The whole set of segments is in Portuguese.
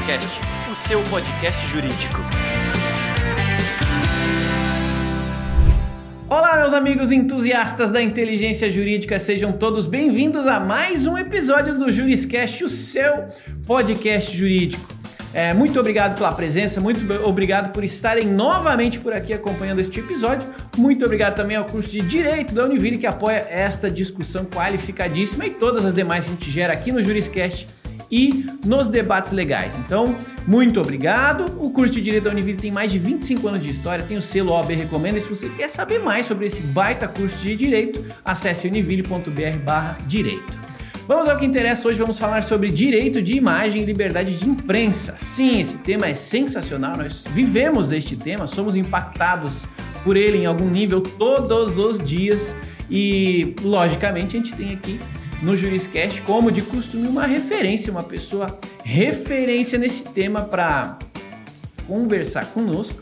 Juriscast, o seu podcast jurídico. Olá, meus amigos entusiastas da inteligência jurídica, sejam todos bem-vindos a mais um episódio do Juriscast, o seu podcast jurídico. Muito obrigado pela presença, muito obrigado por estarem novamente por aqui acompanhando este episódio. Muito obrigado também ao curso de Direito da Univille que apoia esta discussão qualificadíssima e todas as demais que a gente gera aqui no Juriscast e nos debates legais. Então, muito obrigado. O curso de Direito da Univille tem mais de 25 anos de história, tem o selo OAB Recomenda. E se você quer saber mais sobre esse baita curso de Direito, acesse univille.br/direito. Vamos ao que interessa. Hoje vamos falar sobre direito de imagem e liberdade de imprensa. Sim, esse tema é sensacional, nós vivemos este tema, somos impactados por ele em algum nível todos os dias e, logicamente, a gente tem aqui no Juriscast, como de costume, uma referência, uma pessoa referência nesse tema para conversar conosco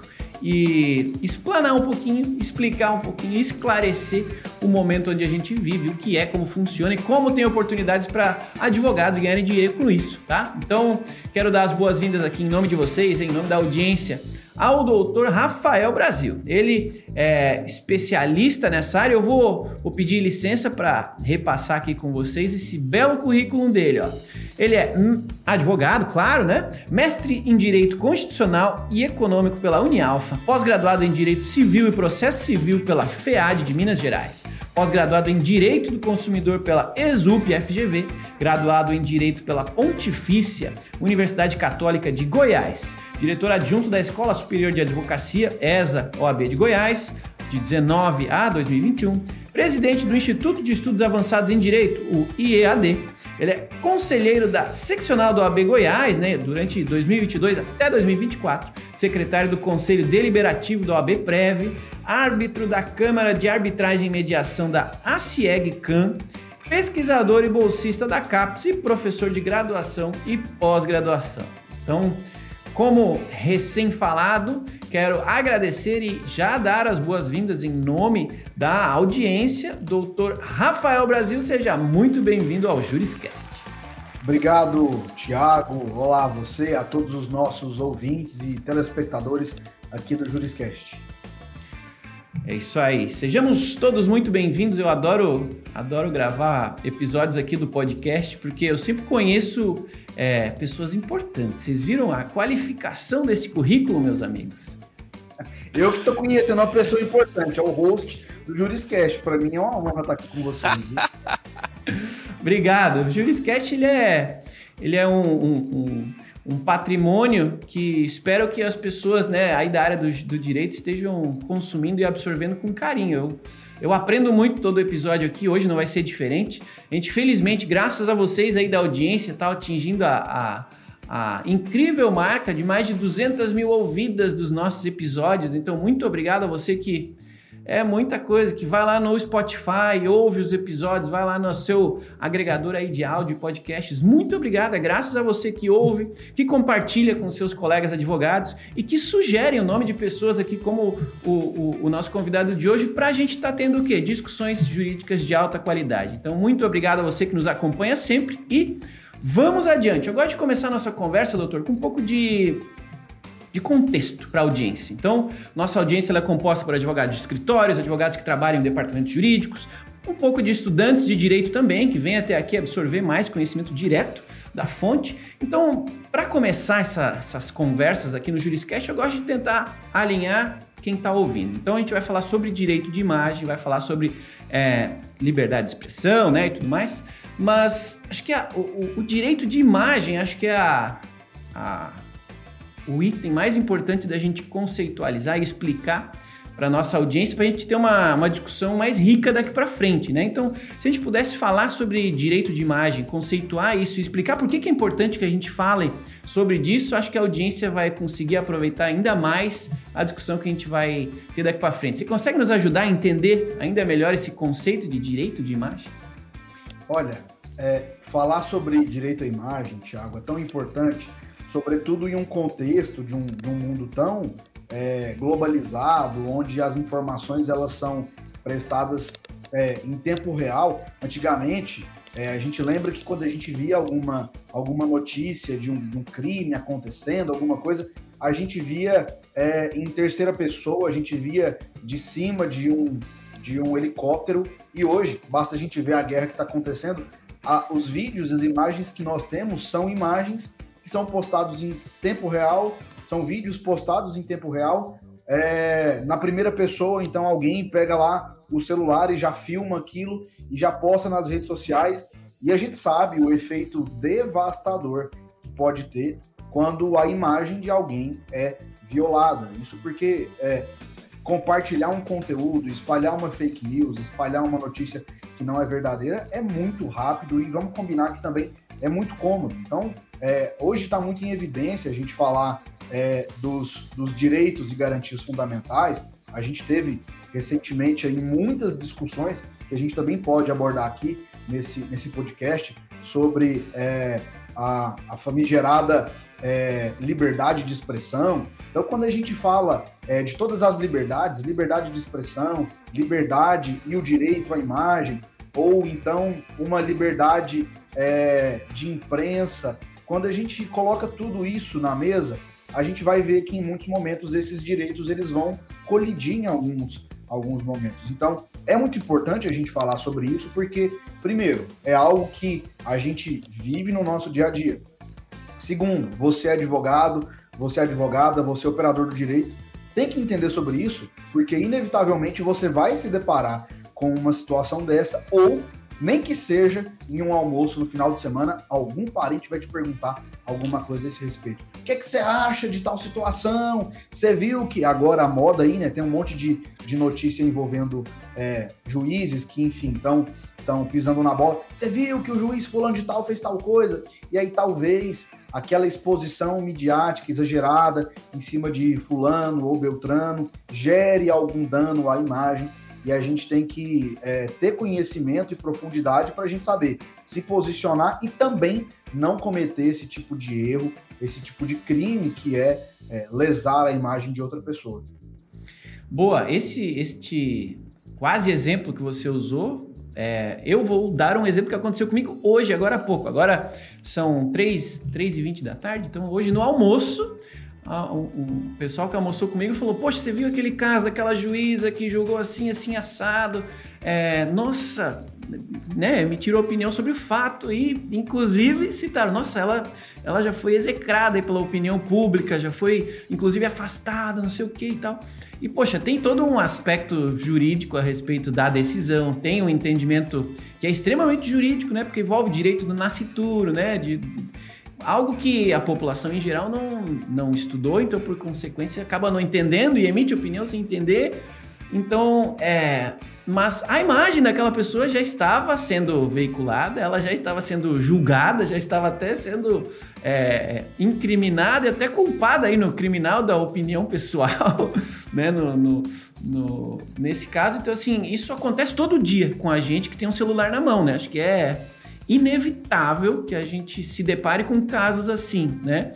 e explanar um pouquinho, explicar um pouquinho, esclarecer o momento onde a gente vive, o que é, como funciona e como tem oportunidades para advogados ganharem dinheiro com isso, tá? Então, quero dar as boas-vindas aqui em nome de vocês, em nome da audiência, ao doutor Rafael Brasil. Ele é especialista nessa área. Eu vou pedir licença para repassar aqui com vocês esse belo currículo dele, ó. Ele é advogado, claro, né? Mestre em Direito Constitucional e Econômico pela Unialfa, pós-graduado em Direito Civil e Processo Civil pela FEAD de Minas Gerais, pós-graduado em Direito do Consumidor pela ESUP-FGV, graduado em Direito pela Pontifícia Universidade Católica de Goiás, diretor adjunto da Escola Superior de Advocacia, ESA, OAB de Goiás, de 19 a 2021, presidente do Instituto de Estudos Avançados em Direito, o IEAD. Ele é conselheiro da seccional do OAB Goiás, né, durante 2022 até 2024, secretário do Conselho Deliberativo do OAB Prev, árbitro da Câmara de Arbitragem e Mediação da ACIEG-CAM, pesquisador e bolsista da CAPES e professor de graduação e pós-graduação. Então, como recém-falado, quero agradecer e já dar as boas-vindas em nome da audiência, doutor Rafael Brasil. Seja muito bem-vindo ao Juriscast. Obrigado, Thiago. Olá a você, a todos os nossos ouvintes e telespectadores aqui do Juriscast. É isso aí. Sejamos todos muito bem-vindos. Eu adoro gravar episódios aqui do podcast, porque eu sempre conheço pessoas importantes. Vocês viram a qualificação desse currículo, meus amigos? Eu que estou conhecendo uma pessoa importante, é o host do Juriscast. Para mim é uma honra estar aqui com vocês. Obrigado. O Juriscast, ele é um patrimônio que espero que as pessoas, né, aí da área do direito estejam consumindo e absorvendo com carinho. Eu aprendo muito todo episódio aqui, hoje não vai ser diferente. A gente, felizmente, graças a vocês aí da audiência, está atingindo a incrível marca de mais de 200 mil ouvidas dos nossos episódios. Então, muito obrigado a você que é muita coisa, que vai lá no Spotify, ouve os episódios, vai lá no seu agregador aí de áudio e podcasts. Muito obrigado, é graças a você que ouve, que compartilha com seus colegas advogados e que sugerem o nome de pessoas aqui como o nosso convidado de hoje para a gente estar tendo o quê? Discussões jurídicas de alta qualidade. Então, muito obrigado a você que nos acompanha sempre e vamos adiante. Eu gosto de começar a nossa conversa, doutor, com um pouco de contexto para a audiência. Então, nossa audiência ela é composta por advogados de escritórios, advogados que trabalham em departamentos jurídicos, um pouco de estudantes de direito também, que vêm até aqui absorver mais conhecimento direto da fonte. Então, para começar essas conversas aqui no Juriscast, eu gosto de tentar alinhar quem está ouvindo. Então, a gente vai falar sobre direito de imagem, vai falar sobre liberdade de expressão, né, e tudo mais, mas acho que o direito de imagem, acho que é o item mais importante da gente conceitualizar e explicar para nossa audiência, para a gente ter uma discussão mais rica daqui para frente, né? Então, se a gente pudesse falar sobre direito de imagem, conceituar isso e explicar por que é importante que a gente fale sobre disso, acho que a audiência vai conseguir aproveitar ainda mais a discussão que a gente vai ter daqui para frente. Você consegue nos ajudar a entender ainda melhor esse conceito de direito de imagem? Olha, falar sobre direito à imagem, Thiago, é tão importante, sobretudo em um contexto de um mundo tão globalizado, onde as informações elas são prestadas em tempo real. Antigamente, A gente lembra que quando a gente via alguma notícia de um crime acontecendo, alguma coisa, a gente via em terceira pessoa, a gente via de cima de um helicóptero, e hoje, basta a gente ver a guerra que está acontecendo, os vídeos, as imagens que nós temos são imagens que são postados em tempo real, são vídeos postados em tempo real, na primeira pessoa, então alguém pega lá o celular e já filma aquilo e já posta nas redes sociais, e a gente sabe o efeito devastador que pode ter quando a imagem de alguém é violada. Isso porque compartilhar um conteúdo, espalhar uma fake news, espalhar uma notícia que não é verdadeira é muito rápido, e vamos combinar que também é muito cômodo. Então, hoje está muito em evidência a gente falar dos direitos e garantias fundamentais. A gente teve recentemente aí muitas discussões que a gente também pode abordar aqui nesse podcast sobre a famigerada liberdade de expressão. Então, quando a gente fala de todas as liberdades, liberdade de expressão, liberdade e o direito à imagem, ou então uma liberdade de imprensa, quando a gente coloca tudo isso na mesa, a gente vai ver que em muitos momentos esses direitos eles vão colidir em alguns momentos. Então, é muito importante a gente falar sobre isso, porque, primeiro, é algo que a gente vive no nosso dia a dia. Segundo, você é advogado, você é advogada, você é operador do direito, tem que entender sobre isso, porque inevitavelmente você vai se deparar com uma situação dessa, ou nem que seja em um almoço no final de semana, algum parente vai te perguntar alguma coisa a esse respeito. O que você acha de tal situação? Você viu que agora a moda aí, né, tem um monte de notícia envolvendo juízes que, enfim, estão pisando na bola. Você viu que o juiz fulano de tal fez tal coisa? E aí talvez aquela exposição midiática exagerada em cima de fulano ou beltrano gere algum dano à imagem. E a gente tem que ter conhecimento e profundidade para a gente saber se posicionar e também não cometer esse tipo de erro, esse tipo de crime que é lesar a imagem de outra pessoa. Boa, este quase exemplo que você usou, eu vou dar um exemplo que aconteceu comigo hoje, agora há pouco. Agora são 3h20 da tarde, então hoje no almoço, o pessoal que almoçou comigo falou: poxa, você viu aquele caso daquela juíza que julgou assim, assim, assado? Nossa, né, me tirou opinião sobre o fato e, inclusive, citaram: nossa, ela já foi execrada aí pela opinião pública, já foi, inclusive, afastada, não sei o que e tal. E, poxa, tem todo um aspecto jurídico a respeito da decisão, tem um entendimento que é extremamente jurídico, né, porque envolve direito do nascituro, né, algo que a população em geral não estudou, então, por consequência, acaba não entendendo e emite opinião sem entender. Então, mas a imagem daquela pessoa já estava sendo veiculada, ela já estava sendo julgada, já estava até sendo incriminada e até culpada aí no criminal da opinião pessoal, né, nesse caso. Então, assim, isso acontece todo dia com a gente que tem um celular na mão, né? Acho que é inevitável que a gente se depare com casos assim, né?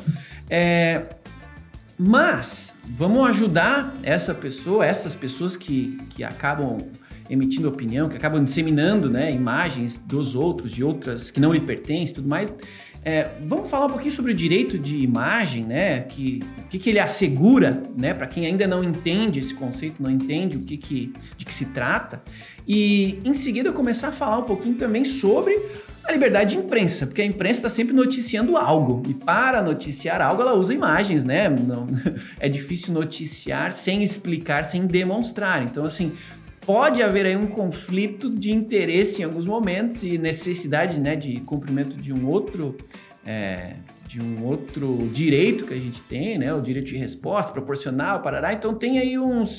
Mas vamos ajudar essas pessoas que acabam emitindo opinião, que acabam disseminando, né, imagens dos outros, de outras que não lhe pertencem e tudo mais. Vamos falar um pouquinho sobre o direito de imagem, né? O que ele assegura, né? Para quem ainda não entende esse conceito, não entende de que se trata. E em seguida eu começar a falar um pouquinho também sobre a liberdade de imprensa, porque a imprensa está sempre noticiando algo, e para noticiar algo ela usa imagens, né? Não, é difícil noticiar sem explicar, sem demonstrar. Então, assim, pode haver aí um conflito de interesse em alguns momentos e necessidade, né, de cumprimento de um outro direito que a gente tem, né? O direito de resposta proporcional, parará. Então tem aí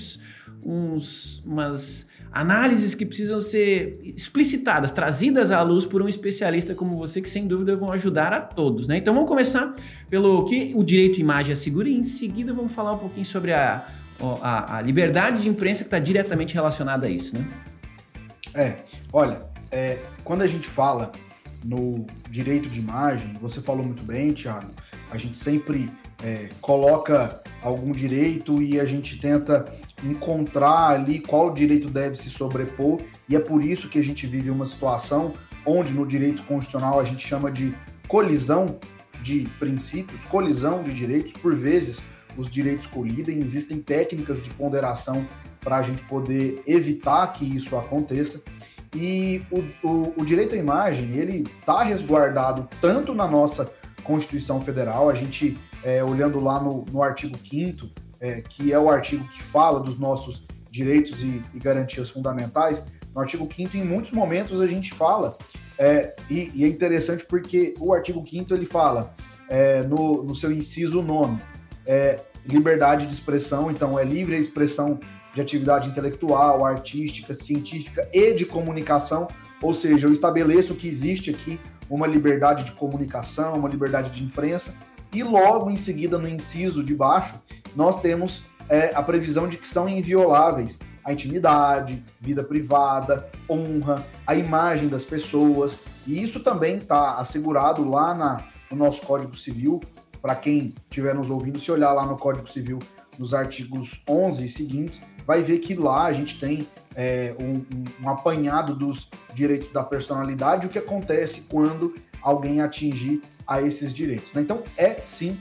umas análises que precisam ser explicitadas, trazidas à luz por um especialista como você, que sem dúvida vão ajudar a todos, né? Então vamos começar pelo que o direito à imagem assegura e em seguida vamos falar um pouquinho sobre a liberdade de imprensa que está diretamente relacionada a isso, né? Quando a gente fala no direito de imagem, você falou muito bem, Thiago, a gente sempre coloca algum direito e a gente tenta encontrar ali qual direito deve se sobrepor, e é por isso que a gente vive uma situação onde no direito constitucional a gente chama de colisão de princípios, colisão de direitos. Por vezes os direitos colidem, existem técnicas de ponderação para a gente poder evitar que isso aconteça. E o direito à imagem, ele está resguardado tanto na nossa Constituição Federal, a gente, olhando lá no artigo 5º, que é o artigo que fala dos nossos direitos e garantias fundamentais. No artigo 5º, em muitos momentos a gente fala, e é interessante porque o artigo 5º ele fala, no seu inciso 9º, liberdade de expressão, então é livre a expressão de atividade intelectual, artística, científica e de comunicação, ou seja, eu estabeleço que existe aqui uma liberdade de comunicação, uma liberdade de imprensa, e logo em seguida, no inciso de baixo, nós temos a previsão de que são invioláveis a intimidade, vida privada, honra, a imagem das pessoas, e isso também está assegurado lá no nosso Código Civil. Para quem estiver nos ouvindo, se olhar lá no Código Civil, nos artigos 11 e seguintes, vai ver que lá a gente tem um apanhado dos direitos da personalidade, o que acontece quando alguém atingir a esses direitos, né? Então, sim,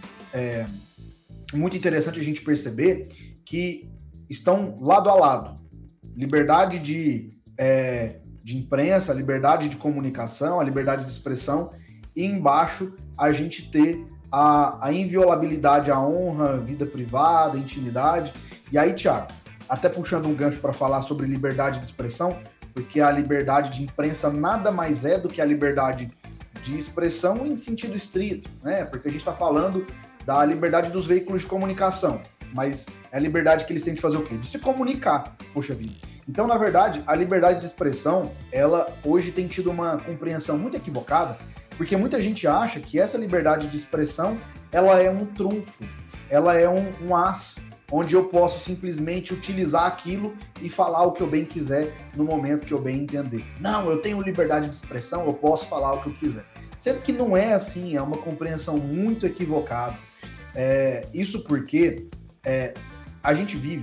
muito interessante a gente perceber que estão lado a lado. Liberdade de imprensa, liberdade de comunicação, a liberdade de expressão, e embaixo a gente ter a inviolabilidade, a honra, vida privada, intimidade. E aí, Thiago, até puxando um gancho para falar sobre liberdade de expressão, porque a liberdade de imprensa nada mais é do que a liberdade de expressão em sentido estrito, né? Porque a gente está falando da liberdade dos veículos de comunicação, mas é a liberdade que eles têm de fazer o quê? De se comunicar, poxa vida. Então, na verdade, a liberdade de expressão, ela hoje tem tido uma compreensão muito equivocada, porque muita gente acha que essa liberdade de expressão, ela é um trunfo, ela é um as, onde eu posso simplesmente utilizar aquilo e falar o que eu bem quiser no momento que eu bem entender. Não, eu tenho liberdade de expressão, eu posso falar o que eu quiser. Sendo que não é assim, é uma compreensão muito equivocada. Isso porque a gente vive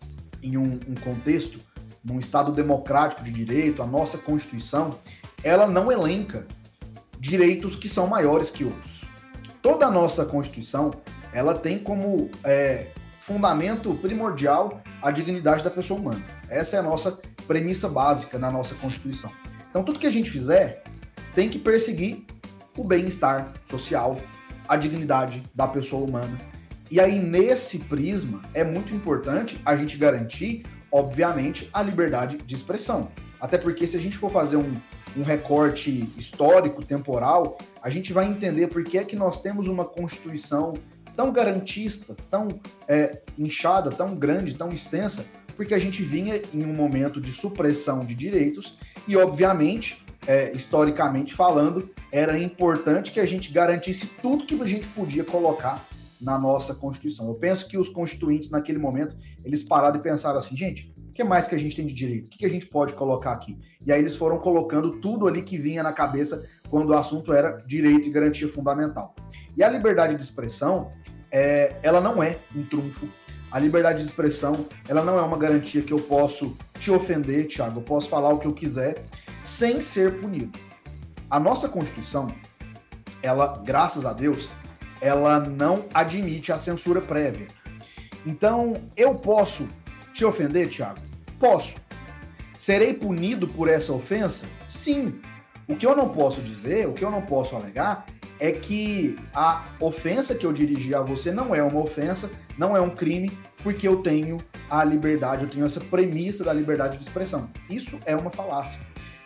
em um contexto, num Estado democrático de direito, a nossa Constituição, ela não elenca direitos que são maiores que outros. Toda a nossa Constituição, ela tem como fundamento primordial a dignidade da pessoa humana. Essa é a nossa premissa básica na nossa Constituição. Então, tudo que a gente fizer tem que perseguir o bem-estar social, a dignidade da pessoa humana. E aí, nesse prisma, é muito importante a gente garantir, obviamente, a liberdade de expressão. Até porque, se a gente for fazer um recorte histórico, temporal, a gente vai entender por que é que nós temos uma Constituição tão garantista, tão inchada, tão grande, tão extensa, porque a gente vinha em um momento de supressão de direitos e, obviamente, historicamente falando, era importante que a gente garantisse tudo que a gente podia colocar na nossa Constituição. Eu penso que os constituintes, naquele momento, eles pararam e pensaram assim, gente, o que mais que a gente tem de direito? O que a gente pode colocar aqui? E aí eles foram colocando tudo ali que vinha na cabeça quando o assunto era direito e garantia fundamental. E a liberdade de expressão, ela não é um trunfo. A liberdade de expressão, ela não é uma garantia que eu posso te ofender, Thiago, eu posso falar o que eu quiser sem ser punido. A nossa Constituição, ela, graças a Deus, ela não admite a censura prévia. Então, eu posso te ofender, Thiago? Posso. Serei punido por essa ofensa? Sim. O que eu não posso dizer, o que eu não posso alegar, é que a ofensa que eu dirigi a você não é uma ofensa, não é um crime, porque eu tenho a liberdade, eu tenho essa premissa da liberdade de expressão. Isso é uma falácia.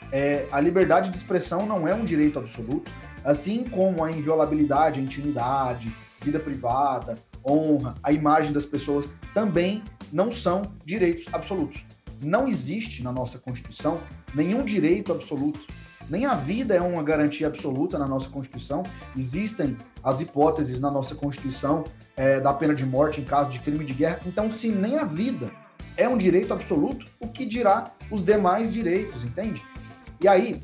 A liberdade de expressão não é um direito absoluto, assim como a inviolabilidade, a intimidade, vida privada, honra, a imagem das pessoas também não são direitos absolutos. Não existe na nossa Constituição nenhum direito absoluto. Nem a vida é uma garantia absoluta na nossa Constituição. Existem as hipóteses na nossa Constituição da pena de morte em caso de crime de guerra. Então, se nem a vida é um direito absoluto, o que dirá os demais direitos, entende? E aí,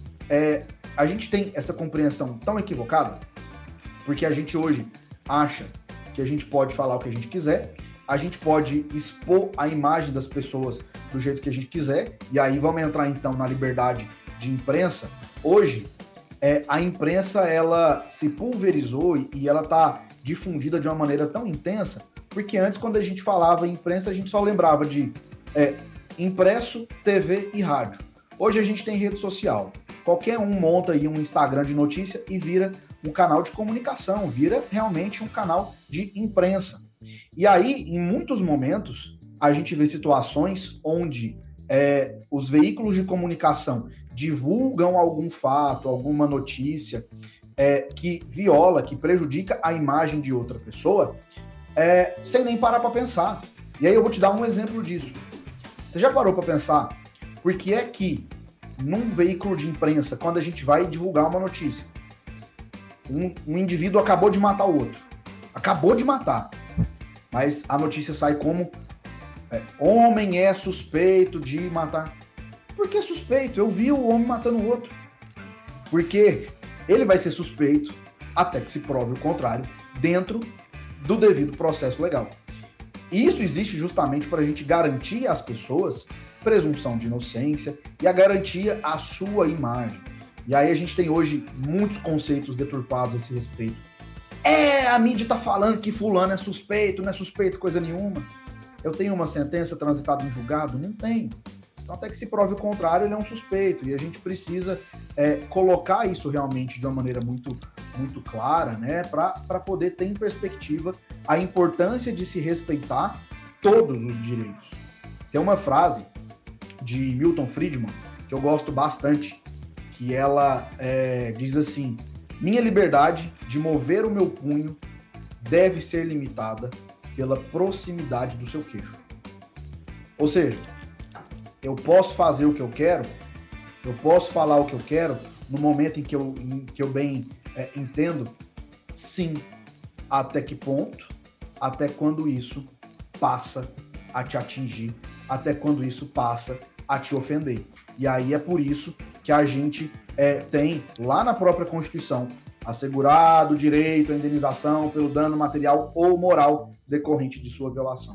a gente tem essa compreensão tão equivocada, porque a gente hoje acha que a gente pode falar o que a gente quiser, a gente pode expor a imagem das pessoas do jeito que a gente quiser, e aí vamos entrar então na liberdade de imprensa, Hoje, a imprensa ela se pulverizou e ela está difundida de uma maneira tão intensa, porque antes, quando a gente falava em imprensa, a gente só lembrava de impresso, TV e rádio. Hoje a gente tem rede social. Qualquer um monta aí um Instagram de notícia e vira um canal de comunicação, vira realmente um canal de imprensa. E aí, em muitos momentos, a gente vê situações onde os veículos de comunicação divulgam algum fato, alguma notícia que viola, que prejudica a imagem de outra pessoa, sem nem parar para pensar. E aí eu vou te dar um exemplo disso. Você já parou para pensar por que é que num veículo de imprensa, quando a gente vai divulgar uma notícia, um indivíduo acabou de matar o outro. Acabou de matar. Mas a notícia sai como homem é suspeito de matar. Por que suspeito? Eu vi o homem matando o outro. Porque ele vai ser suspeito até que se prove o contrário dentro do devido processo legal. E isso existe justamente para a gente garantir às pessoas presunção de inocência e a garantia à sua imagem. E aí a gente tem hoje muitos conceitos deturpados a esse respeito. A mídia tá falando que fulano é suspeito, não é suspeito coisa nenhuma. Eu tenho uma sentença transitada em julgado? Não tenho. Então até que se prove o contrário, ele é um suspeito. E a gente precisa colocar isso realmente de uma maneira muito, muito clara, né? Para poder ter em perspectiva a importância de se respeitar todos os direitos. Tem uma frase de Milton Friedman que eu gosto bastante, que ela diz assim: minha liberdade de mover o meu punho deve ser limitada pela proximidade do seu queixo. Ou seja, eu posso fazer o que eu quero, eu posso falar o que eu quero no momento em que eu bem entendo, sim. Até que ponto? Até quando isso passa a te atingir, até quando isso passa a te ofender. E aí é por isso que a gente tem lá na própria Constituição assegurado o direito à indenização pelo dano material ou moral decorrente de sua violação.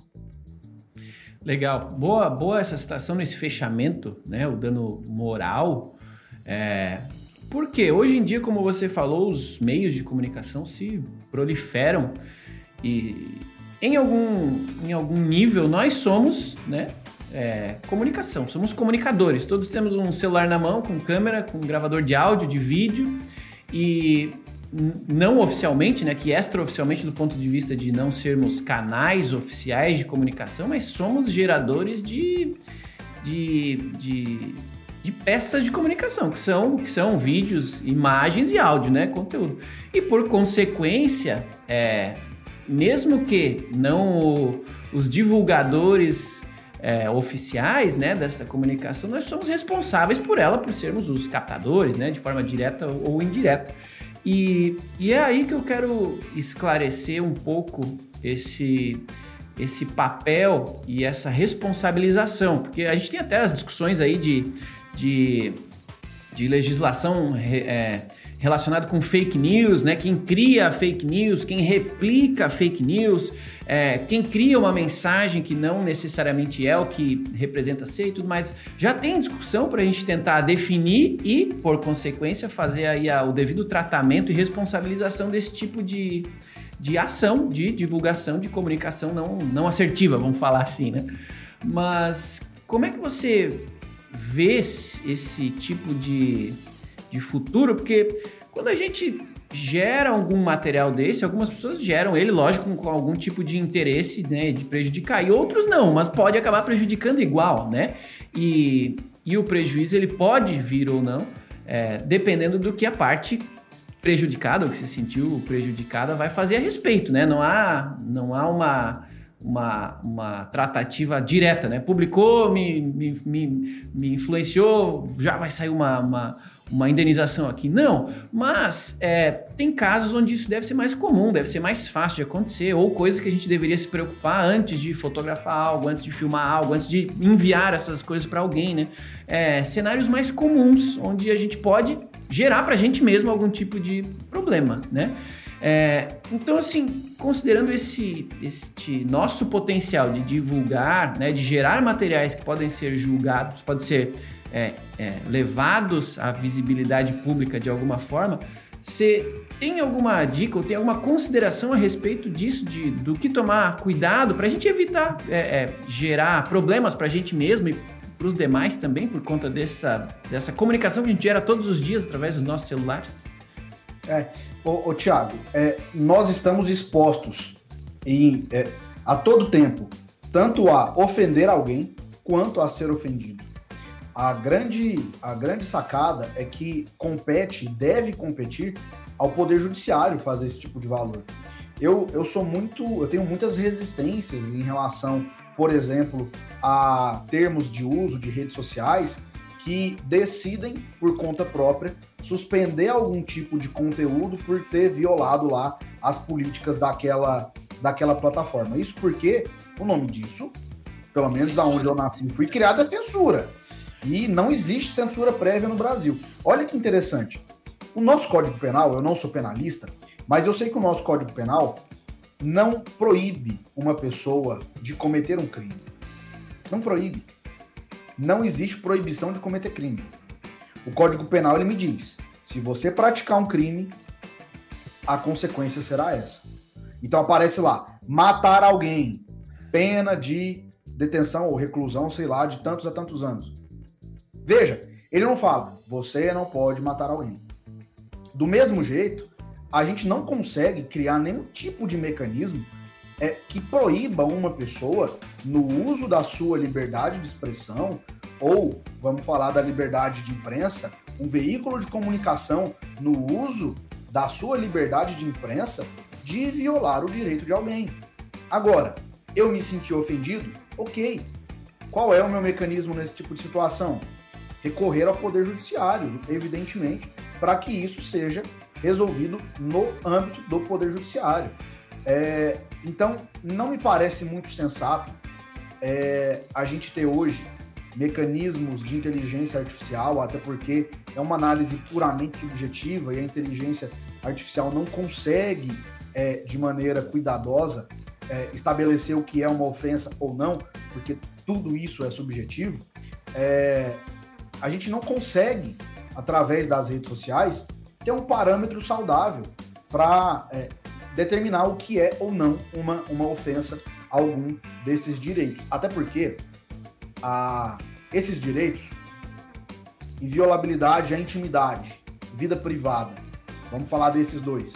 Legal. Boa essa citação nesse fechamento, né? O dano moral. Porque hoje em dia, como você falou, os meios de comunicação se proliferam e em algum nível nós somos, né? Comunicação, somos comunicadores. Todos temos um celular na mão, com câmera, com gravador de áudio, de vídeo, e não oficialmente, né, que extraoficialmente do ponto de vista de não sermos canais oficiais de comunicação, mas somos geradores de peças de comunicação, que são vídeos, imagens e áudio, né, conteúdo. E por consequência, mesmo que não os divulgadores oficiais, né, dessa comunicação, nós somos responsáveis por ela, por sermos os captadores, né, de forma direta ou indireta. E é aí que eu quero esclarecer um pouco esse papel e essa responsabilização, porque a gente tem até as discussões aí de legislação relacionada com fake news, né? Quem cria fake news, quem replica fake news, quem cria uma mensagem que não necessariamente é o que representa ser e tudo mais. Já tem discussão para a gente tentar definir e, por consequência, fazer aí o devido tratamento e responsabilização desse tipo de ação, de divulgação, de comunicação não assertiva, vamos falar assim, né? Mas como é que você vê esse tipo de futuro? Porque quando a gente gera algum material desse, algumas pessoas geram ele, lógico, com algum tipo de interesse, né, de prejudicar, e outros não, mas pode acabar prejudicando igual, né? E o prejuízo ele pode vir ou não, dependendo do que a parte prejudicada, ou que se sentiu prejudicada, vai fazer a respeito, né? Não há uma tratativa direta, né? Publicou, me influenciou, já vai sair uma indenização aqui. Não, mas tem casos onde isso deve ser mais comum, deve ser mais fácil de acontecer, ou coisas que a gente deveria se preocupar antes de fotografar algo, antes de filmar algo, antes de enviar essas coisas para alguém, né? Cenários mais comuns, onde a gente pode gerar para a gente mesmo algum tipo de problema, né? Então, assim, considerando este nosso potencial de divulgar, né, de gerar materiais que podem ser julgados, podem ser levados à visibilidade pública de alguma forma. Você tem alguma dica ou tem alguma consideração a respeito disso, do que tomar cuidado para a gente evitar gerar problemas para a gente mesmo e para os demais também, por conta dessa comunicação que a gente gera todos os dias através dos nossos celulares? Thiago, nós estamos expostos a todo tempo, tanto a ofender alguém quanto a ser ofendido. A grande sacada é que deve competir ao Poder Judiciário fazer esse tipo de valor. Eu tenho muitas resistências em relação, por exemplo, a termos de uso de redes sociais que decidem, por conta própria, suspender algum tipo de conteúdo por ter violado lá as políticas daquela plataforma. Isso porque o nome disso, pelo menos aonde eu nasci e fui criado, é censura. E não existe censura prévia no Brasil. Olha que interessante. O nosso Código Penal, eu não sou penalista, mas eu sei que o nosso Código Penal não proíbe uma pessoa de cometer um crime. Não proíbe. Não existe proibição de cometer crime. O Código Penal, ele me diz, se você praticar um crime, a consequência será essa. Então aparece lá, matar alguém, pena de detenção ou reclusão, sei lá, de tantos a tantos anos. Veja, ele não fala, você não pode matar alguém. Do mesmo jeito, a gente não consegue criar nenhum tipo de mecanismo que proíba uma pessoa no uso da sua liberdade de expressão, ou, vamos falar da liberdade de imprensa, um veículo de comunicação no uso da sua liberdade de imprensa de violar o direito de alguém. Agora, eu me senti ofendido? Ok. Qual é o meu mecanismo nesse tipo de situação? Recorrer ao Poder Judiciário, evidentemente, para que isso seja resolvido no âmbito do Poder Judiciário. Então, não me parece muito sensato a gente ter hoje mecanismos de inteligência artificial, até porque é uma análise puramente subjetiva e a inteligência artificial não consegue, de maneira cuidadosa, estabelecer o que é uma ofensa ou não, porque tudo isso é subjetivo. A gente não consegue, através das redes sociais, ter um parâmetro saudável para determinar o que é ou não uma ofensa a algum desses direitos. Até porque esses direitos, inviolabilidade à intimidade, vida privada, vamos falar desses dois,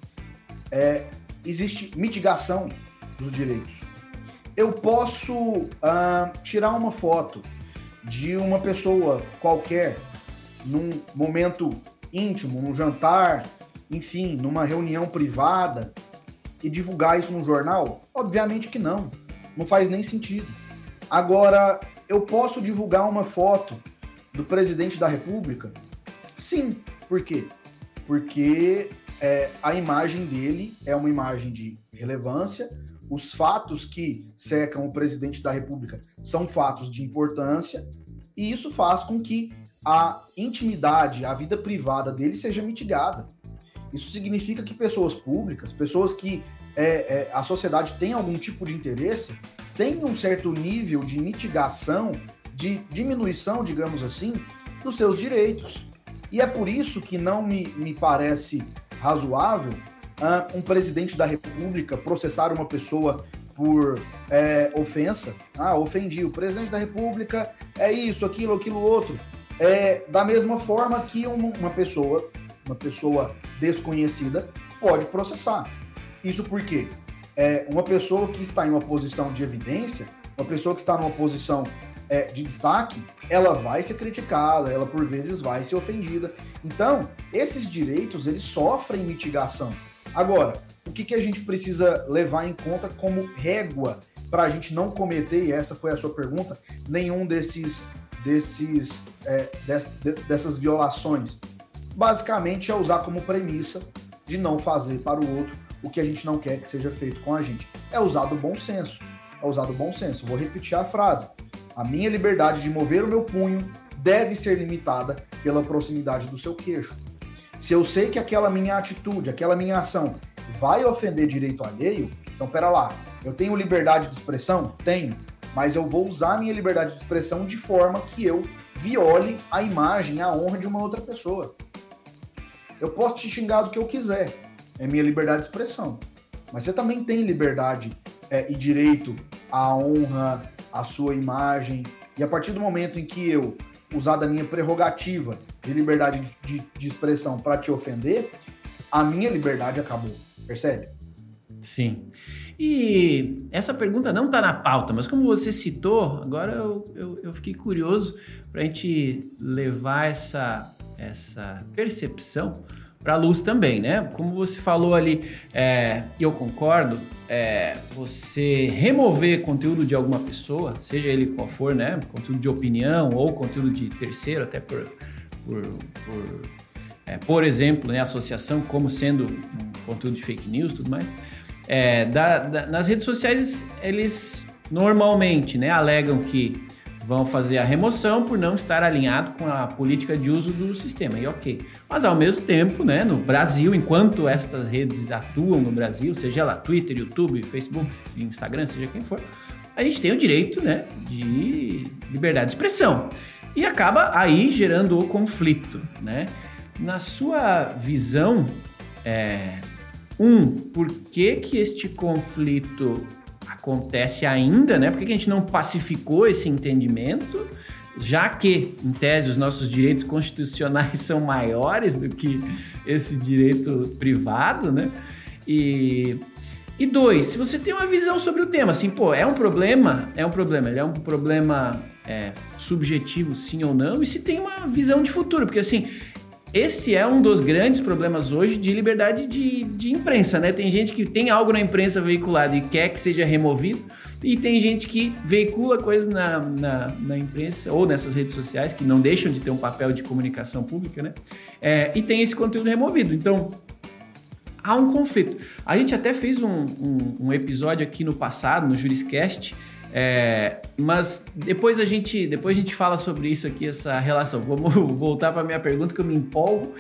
existe mitigação dos direitos. Eu posso tirar uma foto de uma pessoa qualquer num momento íntimo, num jantar, enfim, numa reunião privada e divulgar isso no jornal? Obviamente que não. Não faz nem sentido. Agora, eu posso divulgar uma foto do presidente da República? Sim. Por quê? Porque a imagem dele é uma imagem de relevância, os fatos que cercam o presidente da República são fatos de importância, e isso faz com que a intimidade, a vida privada dele seja mitigada. Isso significa que pessoas públicas, pessoas que a sociedade tem algum tipo de interesse, tem um certo nível de mitigação, de diminuição, digamos assim, dos seus direitos. E é por isso que não me parece razoável um presidente da República processar uma pessoa por ofensa. Ofendi o presidente da República, isso, aquilo outro. Da mesma forma que uma pessoa desconhecida pode processar. Isso porque uma pessoa que está em uma posição de evidência, uma pessoa que está numa posição de destaque, ela vai ser criticada, ela por vezes vai ser ofendida. Então, esses direitos, eles sofrem mitigação. Agora, o que a gente precisa levar em conta como régua para a gente não cometer, e essa foi a sua pergunta, nenhum dessas violações? Basicamente é usar como premissa de não fazer para o outro o que a gente não quer que seja feito com a gente. É usar do bom senso. Vou repetir a frase. A minha liberdade de mover o meu punho deve ser limitada pela proximidade do seu queixo. Se eu sei que aquela minha atitude, aquela minha ação vai ofender direito alheio, então pera lá, eu tenho liberdade de expressão? Tenho, mas eu vou usar a minha liberdade de expressão de forma que eu viole a imagem, a honra de uma outra pessoa. Eu posso te xingar do que eu quiser, é minha liberdade de expressão, mas você também tem liberdade e direito à honra, à sua imagem, e a partir do momento em que eu usar da minha prerrogativa de liberdade de expressão para te ofender, a minha liberdade acabou, percebe? Sim. E essa pergunta não está na pauta, mas como você citou, agora eu fiquei curioso para a gente levar essa percepção para a luz também, né? Como você falou ali, e eu concordo, você remover conteúdo de alguma pessoa, seja ele qual for, né? Conteúdo de opinião ou conteúdo de terceiro, até por exemplo, né? Associação como sendo um conteúdo de fake news e tudo mais. Nas redes sociais, eles normalmente, né, alegam que vão fazer a remoção por não estar alinhado com a política de uso do sistema, e ok. Mas ao mesmo tempo, né, no Brasil, enquanto estas redes atuam no Brasil, seja lá Twitter, YouTube, Facebook, Instagram, seja quem for, a gente tem o direito, né, de liberdade de expressão. E acaba aí gerando o conflito, né? Na sua visão, por que este conflito acontece ainda, né? Por que a gente não pacificou esse entendimento, já que, em tese, os nossos direitos constitucionais são maiores do que esse direito privado, né? E dois, se você tem uma visão sobre o tema, assim, é um problema, ele é um problema subjetivo, sim ou não, e se tem uma visão de futuro, porque, assim, esse é um dos grandes problemas hoje de liberdade de imprensa, né? Tem gente que tem algo na imprensa veiculada e quer que seja removido, e tem gente que veicula coisas na imprensa ou nessas redes sociais que não deixam de ter um papel de comunicação pública, né? E tem esse conteúdo removido. Então, há um conflito. A gente até fez um episódio aqui no passado, no Juriscast, mas depois a gente fala sobre isso aqui, essa relação. Vamos voltar para a minha pergunta, que eu me empolgo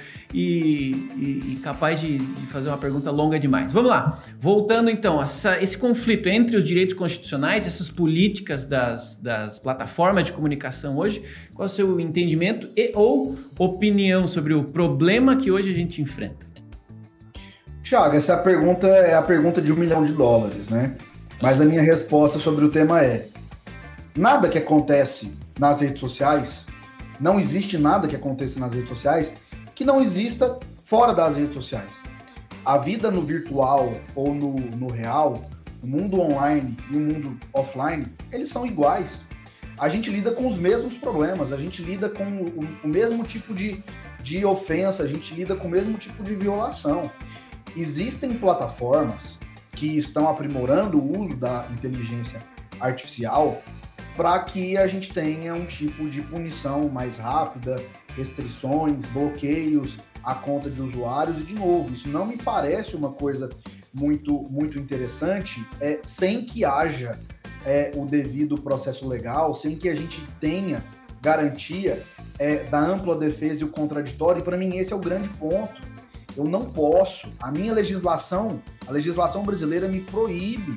e capaz de fazer uma pergunta longa demais. Vamos lá. Voltando então, esse conflito entre os direitos constitucionais, essas políticas das plataformas de comunicação hoje, qual é o seu entendimento ou opinião sobre o problema que hoje a gente enfrenta? Thiago, essa pergunta é a pergunta de $1 milhão, né? Mas a minha resposta sobre o tema é: nada que acontece nas redes sociais, não existe nada que aconteça nas redes sociais que não exista fora das redes sociais. A vida no virtual ou no real, o mundo online e o mundo offline, eles são iguais. A gente lida com os mesmos problemas, a gente lida com o mesmo tipo de ofensa, a gente lida com o mesmo tipo de violação. Existem plataformas que estão aprimorando o uso da inteligência artificial para que a gente tenha um tipo de punição mais rápida, restrições, bloqueios à conta de usuários. E, de novo, isso não me parece uma coisa muito, muito interessante, sem que haja o devido processo legal, sem que a gente tenha garantia da ampla defesa e o contraditório. E, para mim, esse é o grande ponto. Eu não posso, a legislação brasileira me proíbe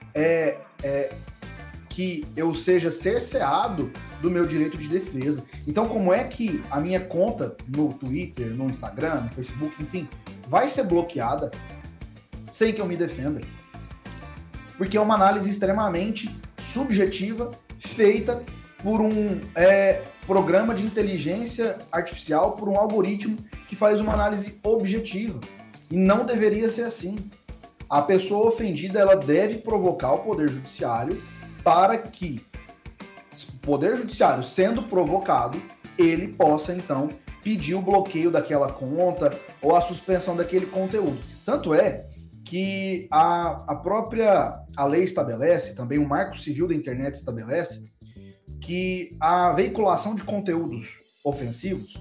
que eu seja cerceado do meu direito de defesa. Então, como é que a minha conta no Twitter, no Instagram, no Facebook, enfim, vai ser bloqueada sem que eu me defenda? Porque é uma análise extremamente subjetiva, feita por um programa de inteligência artificial, por um algoritmo que faz uma análise objetiva. E não deveria ser assim. A pessoa ofendida, ela deve provocar o Poder Judiciário para que o Poder Judiciário, sendo provocado, ele possa, então, pedir o bloqueio daquela conta ou a suspensão daquele conteúdo. Tanto é que a lei estabelece, também o Marco Civil da Internet estabelece, que a veiculação de conteúdos ofensivos,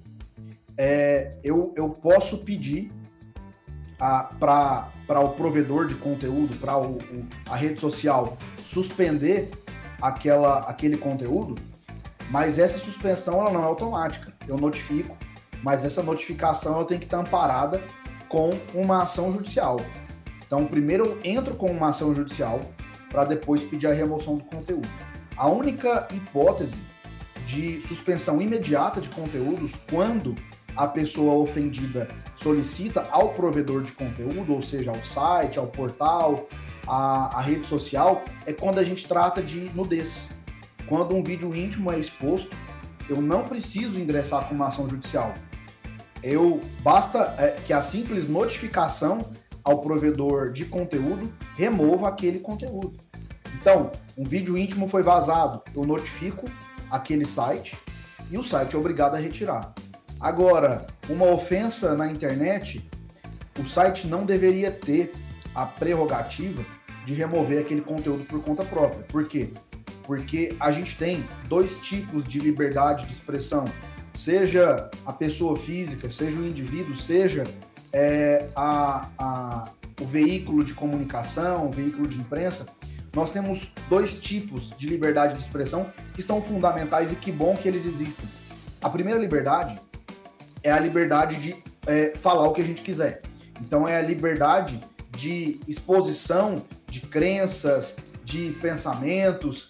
eu posso pedir para o provedor de conteúdo, para a rede social, suspender aquele conteúdo, mas essa suspensão ela não é automática. Eu notifico, mas essa notificação ela tem que estar amparada com uma ação judicial. Então, primeiro eu entro com uma ação judicial para depois pedir a remoção do conteúdo. A única hipótese de suspensão imediata de conteúdos quando a pessoa ofendida solicita ao provedor de conteúdo, ou seja, ao site, ao portal, à rede social, é quando a gente trata de nudez. Quando um vídeo íntimo é exposto, eu não preciso ingressar com uma ação judicial. Basta que a simples notificação ao provedor de conteúdo remova aquele conteúdo. Então, um vídeo íntimo foi vazado, eu notifico aquele site e o site é obrigado a retirar. Agora, uma ofensa na internet, o site não deveria ter a prerrogativa de remover aquele conteúdo por conta própria. Por quê? Porque a gente tem dois tipos de liberdade de expressão, seja a pessoa física, seja o indivíduo, seja o veículo de comunicação, o veículo de imprensa. Nós temos dois tipos de liberdade de expressão que são fundamentais e que bom que eles existem. A primeira liberdade é a liberdade de falar o que a gente quiser. Então é a liberdade de exposição de crenças, de pensamentos,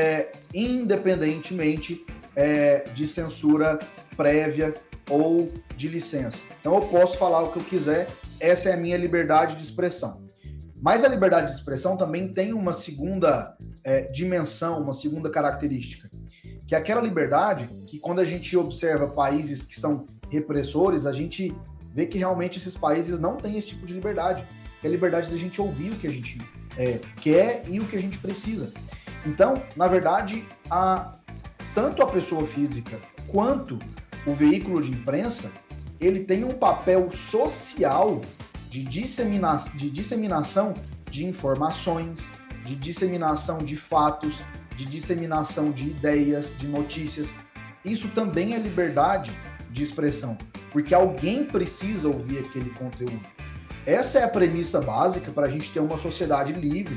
independentemente de censura prévia ou de licença. Então eu posso falar o que eu quiser, essa é a minha liberdade de expressão. Mas a liberdade de expressão também tem uma segunda dimensão, uma segunda característica, que é aquela liberdade que quando a gente observa países que são repressores, a gente vê que realmente esses países não têm esse tipo de liberdade, que é a liberdade da gente ouvir o que a gente quer e o que a gente precisa. Então, na verdade, tanto a pessoa física quanto o veículo de imprensa, ele tem um papel social de disseminação de informações, de disseminação de fatos, de disseminação de ideias, de notícias. Isso também é liberdade de expressão, porque alguém precisa ouvir aquele conteúdo. Essa é a premissa básica para a gente ter uma sociedade livre,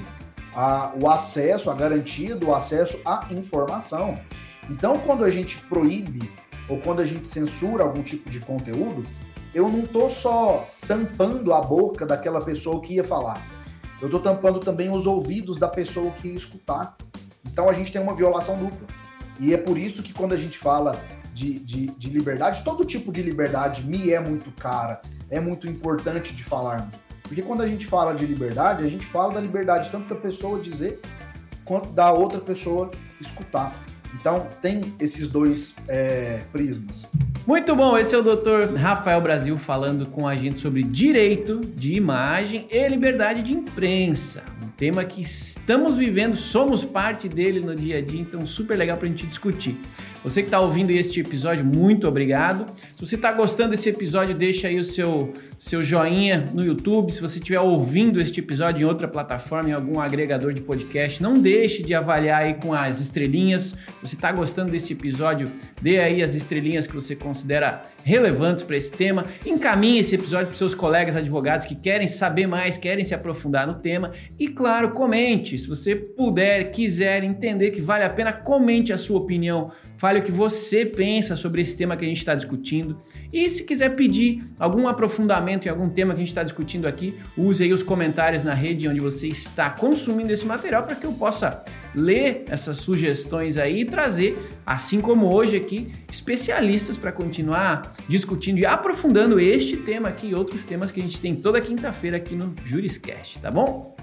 o acesso, a garantia do acesso à informação. Então, quando a gente proíbe ou quando a gente censura algum tipo de conteúdo, eu não estou só tampando a boca daquela pessoa que ia falar, eu estou tampando também os ouvidos da pessoa que ia escutar. Então a gente tem uma violação dupla. E é por isso que quando a gente fala de liberdade, todo tipo de liberdade me é muito cara, é muito importante de falarmos. Porque quando a gente fala de liberdade, a gente fala da liberdade tanto da pessoa dizer, quanto da outra pessoa escutar. Então tem esses dois prismas. Muito bom, esse é o Dr. Rafael Brasil falando com a gente sobre direito de imagem e liberdade de imprensa. Um tema que estamos vivendo, somos parte dele no dia a dia, então super legal pra gente discutir. Você que está ouvindo este episódio, muito obrigado. Se você está gostando desse episódio, deixa aí o seu joinha no YouTube. Se você estiver ouvindo este episódio em outra plataforma, em algum agregador de podcast, não deixe de avaliar aí com as estrelinhas. Se você está gostando desse episódio, dê aí as estrelinhas que você considera relevantes para esse tema. Encaminhe esse episódio para os seus colegas advogados que querem saber mais, querem se aprofundar no tema. E claro, comente. Se você puder, quiser entender que vale a pena, comente a sua opinião. Fale o que você pensa sobre esse tema que a gente está discutindo. E se quiser pedir algum aprofundamento em algum tema que a gente está discutindo aqui, use aí os comentários na rede onde você está consumindo esse material para que eu possa ler essas sugestões aí e trazer, assim como hoje aqui, especialistas para continuar discutindo e aprofundando este tema aqui e outros temas que a gente tem toda quinta-feira aqui no Juriscast, tá bom?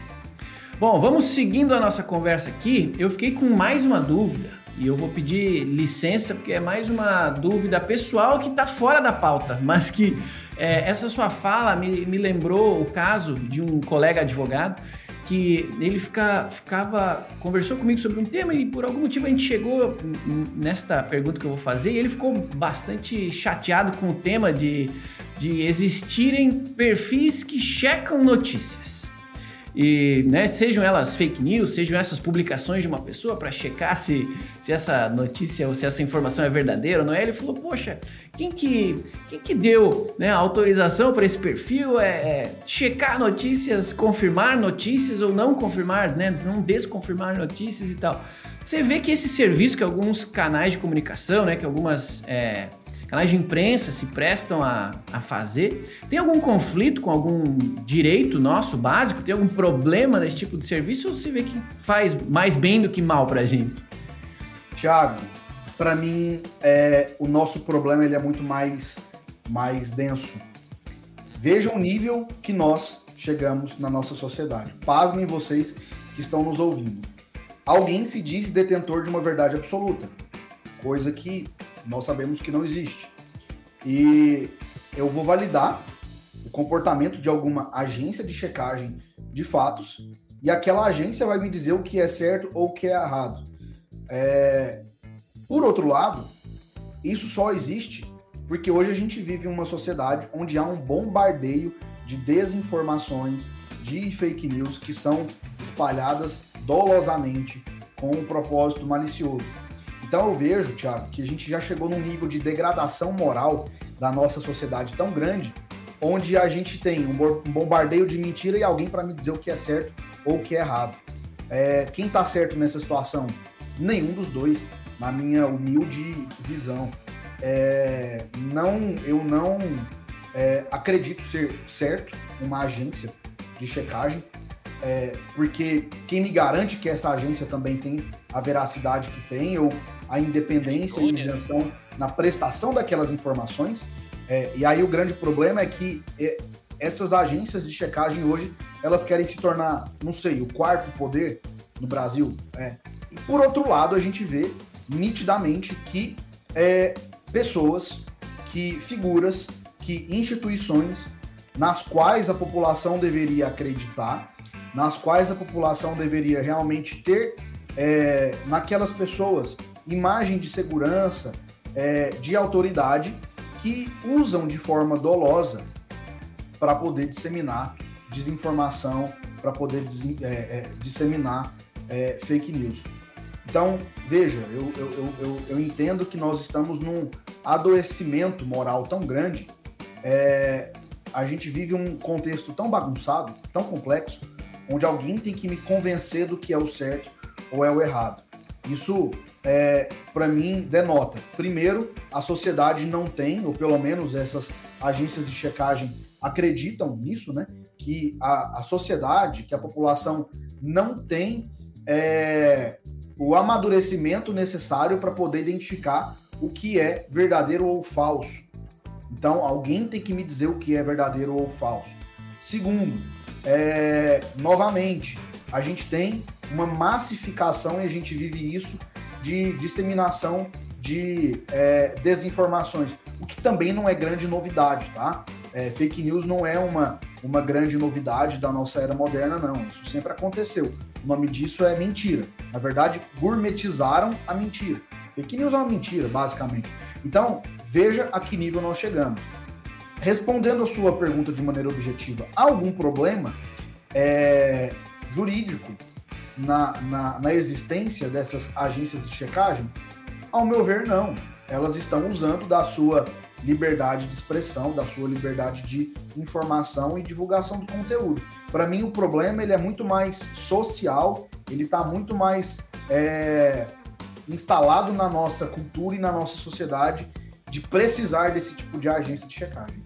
Bom, vamos seguindo a nossa conversa aqui. Eu fiquei com mais uma dúvida. E eu vou pedir licença, porque é mais uma dúvida pessoal que está fora da pauta, mas que essa sua fala me lembrou o caso de um colega advogado que ele conversou comigo sobre um tema e por algum motivo a gente chegou nesta pergunta que eu vou fazer e ele ficou bastante chateado com o tema de existirem perfis que checam notícias. E, né, sejam elas fake news, sejam essas publicações de uma pessoa para checar se essa notícia ou se essa informação é verdadeira ou não é. Ele falou, poxa, quem que deu, né, a autorização para esse perfil checar notícias, confirmar notícias ou não confirmar, né, não desconfirmar notícias e tal. Você vê que esse serviço que alguns canais de comunicação, né, que algumas canais de imprensa se prestam a fazer, tem algum conflito com algum direito nosso básico? Tem algum problema nesse tipo de serviço ou você vê que faz mais bem do que mal pra gente? Thiago, para mim, o nosso problema ele é muito mais denso. Veja o nível que nós chegamos na nossa sociedade. Pasmem vocês que estão nos ouvindo. Alguém se diz detentor de uma verdade absoluta, coisa que nós sabemos que não existe. E eu vou validar o comportamento de alguma agência de checagem de fatos e aquela agência vai me dizer o que é certo ou o que é errado. Por outro lado, isso só existe porque hoje a gente vive em uma sociedade onde há um bombardeio de desinformações, de fake news que são espalhadas dolosamente com um propósito malicioso. Então eu vejo, Thiago, que a gente já chegou num nível de degradação moral da nossa sociedade tão grande, onde a gente tem um bombardeio de mentira e alguém para me dizer o que é certo ou o que é errado. Quem está certo nessa situação? Nenhum dos dois, na minha humilde visão. Eu não acredito ser certo uma agência de checagem, porque quem me garante que essa agência também tem a veracidade que tem, ou a independência e isenção na prestação daquelas informações. E aí o grande problema é que essas agências de checagem hoje, elas querem se tornar, não sei, o quarto poder no Brasil. E por outro lado, a gente vê nitidamente que pessoas, que figuras, que instituições nas quais a população deveria acreditar, nas quais a população deveria realmente ter naquelas pessoas imagem de segurança, de autoridade, que usam de forma dolosa para poder disseminar desinformação, para poder disseminar fake news. Então, veja, eu entendo que nós estamos num adoecimento moral tão grande, a gente vive um contexto tão bagunçado, tão complexo, onde alguém tem que me convencer do que é o certo ou é o errado. Isso, para mim, denota. Primeiro, a sociedade não tem, ou pelo menos essas agências de checagem acreditam nisso, né? Que a sociedade, que a população não tem o amadurecimento necessário para poder identificar o que é verdadeiro ou falso. Então, alguém tem que me dizer o que é verdadeiro ou falso. Segundo, novamente, a gente tem uma massificação, e a gente vive isso, de disseminação de desinformações, o que também não é grande novidade, tá? Fake news não é uma grande novidade da nossa era moderna, não. Isso sempre aconteceu. O nome disso é mentira. Na verdade, gourmetizaram a mentira. Fake news é uma mentira, basicamente. Então, veja a que nível nós chegamos. Respondendo a sua pergunta de maneira objetiva, há algum problema jurídico na existência dessas agências de checagem? Ao meu ver, não. Elas estão usando da sua liberdade de expressão, da sua liberdade de informação e divulgação do conteúdo. Para mim, o problema ele é muito mais social, ele está muito mais instalado na nossa cultura e na nossa sociedade de precisar desse tipo de agência de checagem.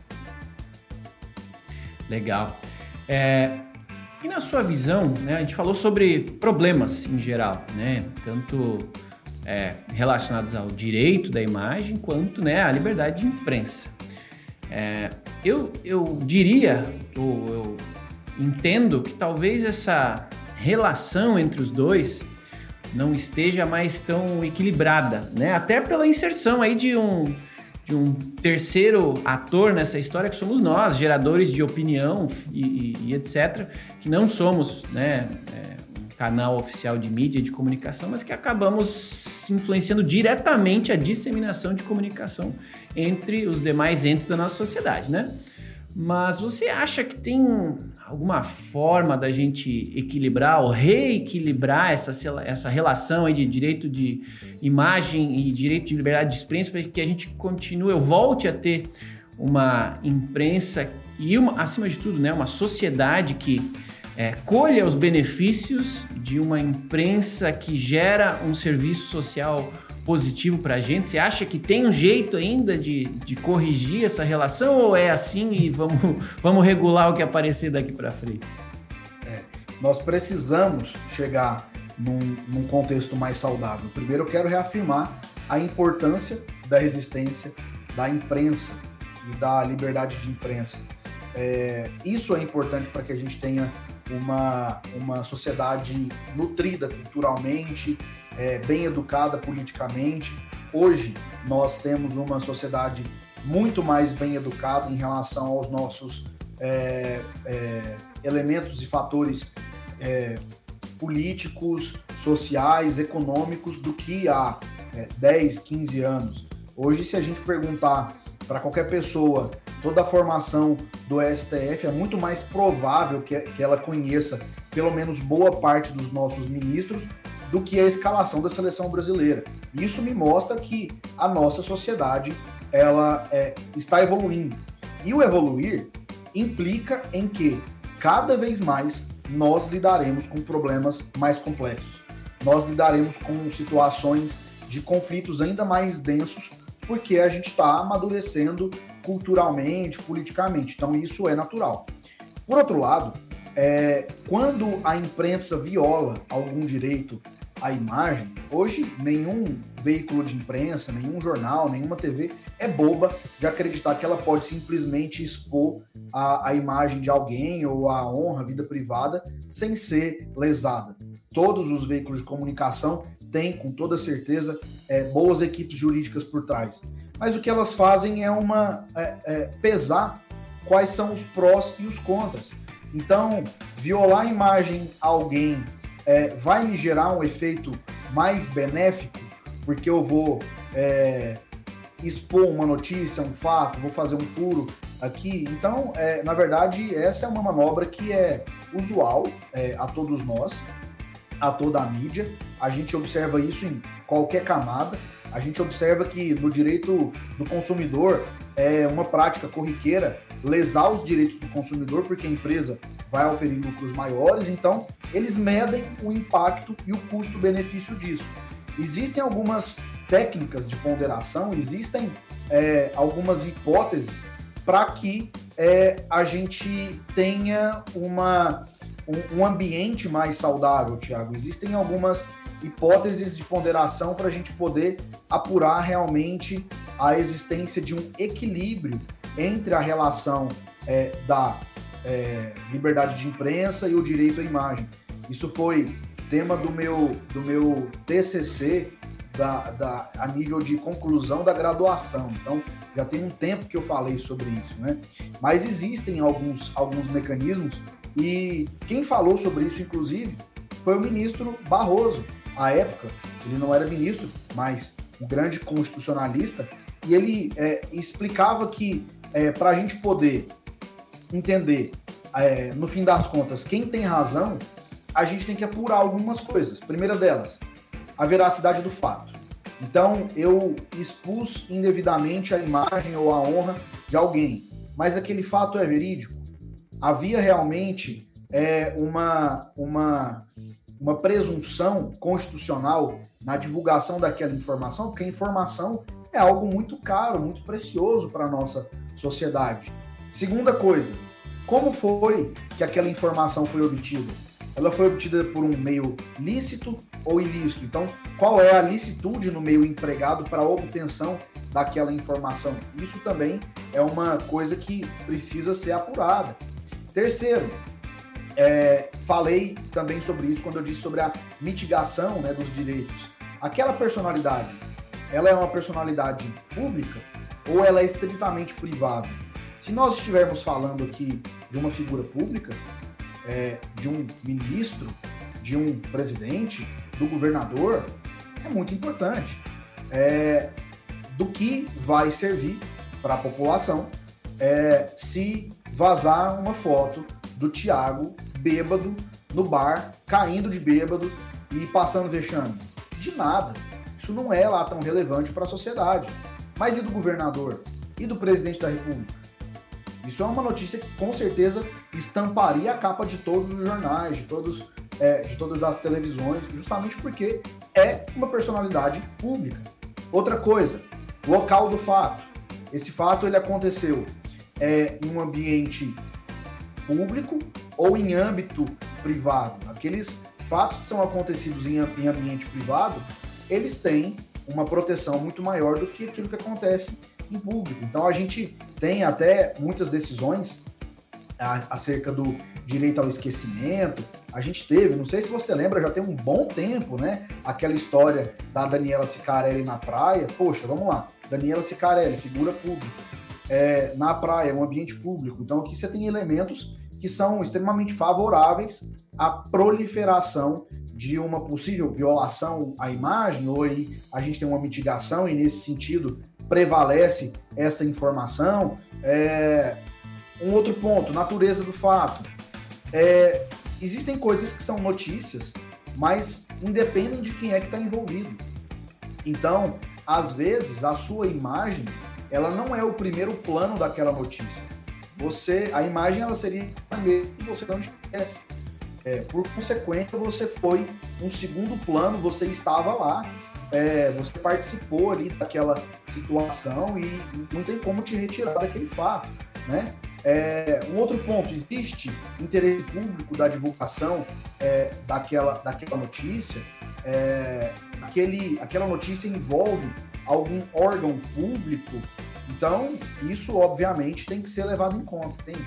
Legal. E na sua visão, né, a gente falou sobre problemas em geral, né, tanto relacionados ao direito da imagem quanto, né, à liberdade de imprensa. Eu diria, eu entendo que talvez essa relação entre os dois não esteja mais tão equilibrada, né, até pela inserção aí de um terceiro ator nessa história, que somos nós, geradores de opinião e etc., que não somos, né, um canal oficial de mídia de comunicação, mas que acabamos influenciando diretamente a disseminação de comunicação entre os demais entes da nossa sociedade, né? Mas você acha que tem alguma forma da gente equilibrar ou reequilibrar essa relação aí de direito de imagem e direito de liberdade de expressão para que a gente continue, eu volte a ter uma imprensa e, acima de tudo, né, uma sociedade que colha os benefícios de uma imprensa que gera um serviço social positivo para a gente? Você acha que tem um jeito ainda de corrigir essa relação ou é assim e vamos regular o que aparecer daqui para frente? Nós precisamos chegar num contexto mais saudável. Primeiro eu quero reafirmar a importância da resistência da imprensa e da liberdade de imprensa. Isso é importante para que a gente tenha uma sociedade nutrida culturalmente, bem educada politicamente. Hoje, nós temos uma sociedade muito mais bem educada em relação aos nossos elementos e fatores políticos, sociais, econômicos do que há 10, 15 anos. Hoje, se a gente perguntar para qualquer pessoa toda a formação do STF, é muito mais provável que ela conheça pelo menos boa parte dos nossos ministros do que a escalação da seleção brasileira. Isso me mostra que a nossa sociedade ela está evoluindo. E o evoluir implica em que cada vez mais nós lidaremos com problemas mais complexos. Nós lidaremos com situações de conflitos ainda mais densos, porque a gente está amadurecendo culturalmente, politicamente. Então, isso é natural. Por outro lado, quando a imprensa viola algum direito à imagem, hoje nenhum veículo de imprensa, nenhum jornal, nenhuma TV é boba de acreditar que ela pode simplesmente expor a imagem de alguém ou a honra, a vida privada, sem ser lesada. Todos os veículos de comunicação têm, com toda certeza, boas equipes jurídicas por trás. Mas o que elas fazem é pesar quais são os prós e os contras. Então, violar a imagem a alguém vai me gerar um efeito mais benéfico, porque eu vou expor uma notícia, um fato, vou fazer um furo aqui. Então, na verdade, essa é uma manobra que é usual a todos nós, a toda a mídia. A gente observa isso em qualquer camada. A gente observa que no direito do consumidor é uma prática corriqueira lesar os direitos do consumidor, porque a empresa vai oferir lucros maiores, então eles medem o impacto e o custo-benefício disso. Existem algumas técnicas de ponderação, existem algumas hipóteses para que a gente tenha um ambiente mais saudável, Thiago. Existem algumas hipóteses de ponderação para a gente poder apurar realmente a existência de um equilíbrio entre a relação da liberdade de imprensa e o direito à imagem. Isso foi tema do meu TCC a nível de conclusão da graduação. Então, já tem um tempo que eu falei sobre isso, né? Mas existem alguns mecanismos, e quem falou sobre isso, inclusive, foi o ministro Barroso. À época, ele não era ministro, mas um grande constitucionalista, e ele explicava que para a gente poder entender, no fim das contas, quem tem razão, a gente tem que apurar algumas coisas. Primeira delas, a veracidade do fato. Então, eu expus indevidamente a imagem ou a honra de alguém, mas aquele fato é verídico? Havia realmente uma presunção constitucional na divulgação daquela informação, porque a informação é algo muito caro, muito precioso para a nossa sociedade. Segunda coisa, como foi que aquela informação foi obtida? Ela foi obtida por um meio lícito ou ilícito? Então, qual é a licitude no meio empregado para a obtenção daquela informação? Isso também é uma coisa que precisa ser apurada. Terceiro, falei também sobre isso quando eu disse sobre a mitigação, né, dos direitos. Aquela personalidade, ela é uma personalidade pública ou ela é estritamente privada? Se nós estivermos falando aqui de uma figura pública, de um ministro, de um presidente, do governador, é muito importante. Do que vai servir para a população se vazar uma foto do Thiago bêbado no bar, caindo de bêbado e passando vexame? De nada. Isso não é lá tão relevante para a sociedade. Mas e do governador? E do presidente da República? Isso é uma notícia que com certeza estamparia a capa de todos os jornais, de todas as televisões, justamente porque é uma personalidade pública. Outra coisa, local do fato. Esse fato ele aconteceu em um ambiente público ou em âmbito privado. Aqueles fatos que são acontecidos em ambiente privado, eles têm uma proteção muito maior do que aquilo que acontece em público. Então a gente tem até muitas decisões acerca do direito ao esquecimento. A gente teve, não sei se você lembra, já tem um bom tempo, né? Aquela história da Daniela Sicarelli na praia. Poxa, vamos lá. Daniela Sicarelli, figura pública, na praia, um ambiente público. Então aqui você tem elementos que são extremamente favoráveis à proliferação de uma possível violação à imagem, ou aí a gente tem uma mitigação e nesse sentido prevalece essa informação. Um outro ponto, natureza do fato. Existem coisas que são notícias, mas independem de quem é que está envolvido. Então, às vezes, a sua imagem, ela não é o primeiro plano daquela notícia. A imagem, ela seria a mesma que você não esquece. Por consequência, você foi um segundo plano, você estava lá, você participou ali daquela situação e não tem como te retirar daquele fato, né? Um outro ponto, existe interesse público da divulgação daquela notícia, aquela notícia envolve algum órgão público, então isso obviamente tem que ser levado em conta, entende?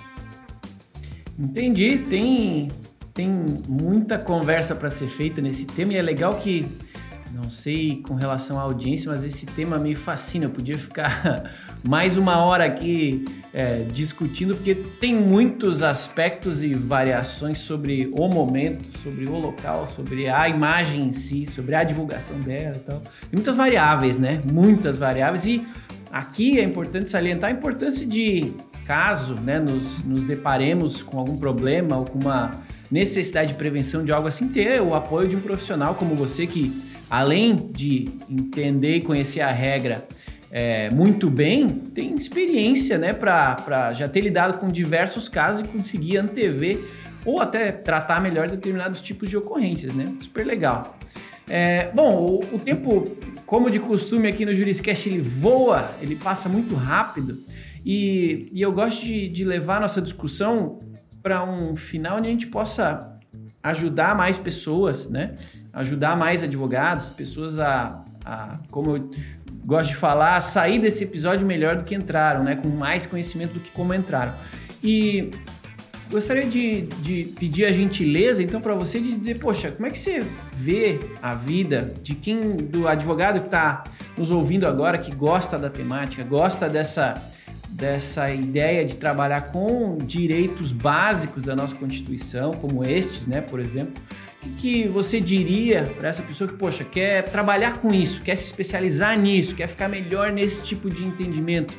Entendi, tem muita conversa para ser feita nesse tema e é legal que, não sei com relação à audiência, mas esse tema me fascina. Eu podia ficar mais uma hora aqui discutindo, porque tem muitos aspectos e variações sobre o momento, sobre o local, sobre a imagem em si, sobre a divulgação dela e tal. Tem muitas variáveis, né? Muitas variáveis. E aqui é importante salientar a importância de, caso, né, nos deparemos com algum problema ou com uma necessidade de prevenção de algo assim, ter o apoio de um profissional como você que, além de entender e conhecer a regra muito bem, tem experiência, né, para já ter lidado com diversos casos e conseguir antever ou até tratar melhor determinados tipos de ocorrências, né? Super legal. Bom, o tempo, como de costume aqui no Juriscast, ele voa, ele passa muito rápido e eu gosto de levar a nossa discussão para um final onde a gente possa ajudar mais pessoas, né? Ajudar mais advogados, pessoas como eu gosto de falar, a sair desse episódio melhor do que entraram, né? Com mais conhecimento do que como entraram. E gostaria de pedir a gentileza, então, para você de dizer, poxa, como é que você vê a vida do advogado que está nos ouvindo agora, que gosta da temática, gosta dessa ideia de trabalhar com direitos básicos da nossa Constituição, como estes, né, por exemplo. O que você diria para essa pessoa que, poxa, quer trabalhar com isso, quer se especializar nisso, quer ficar melhor nesse tipo de entendimento?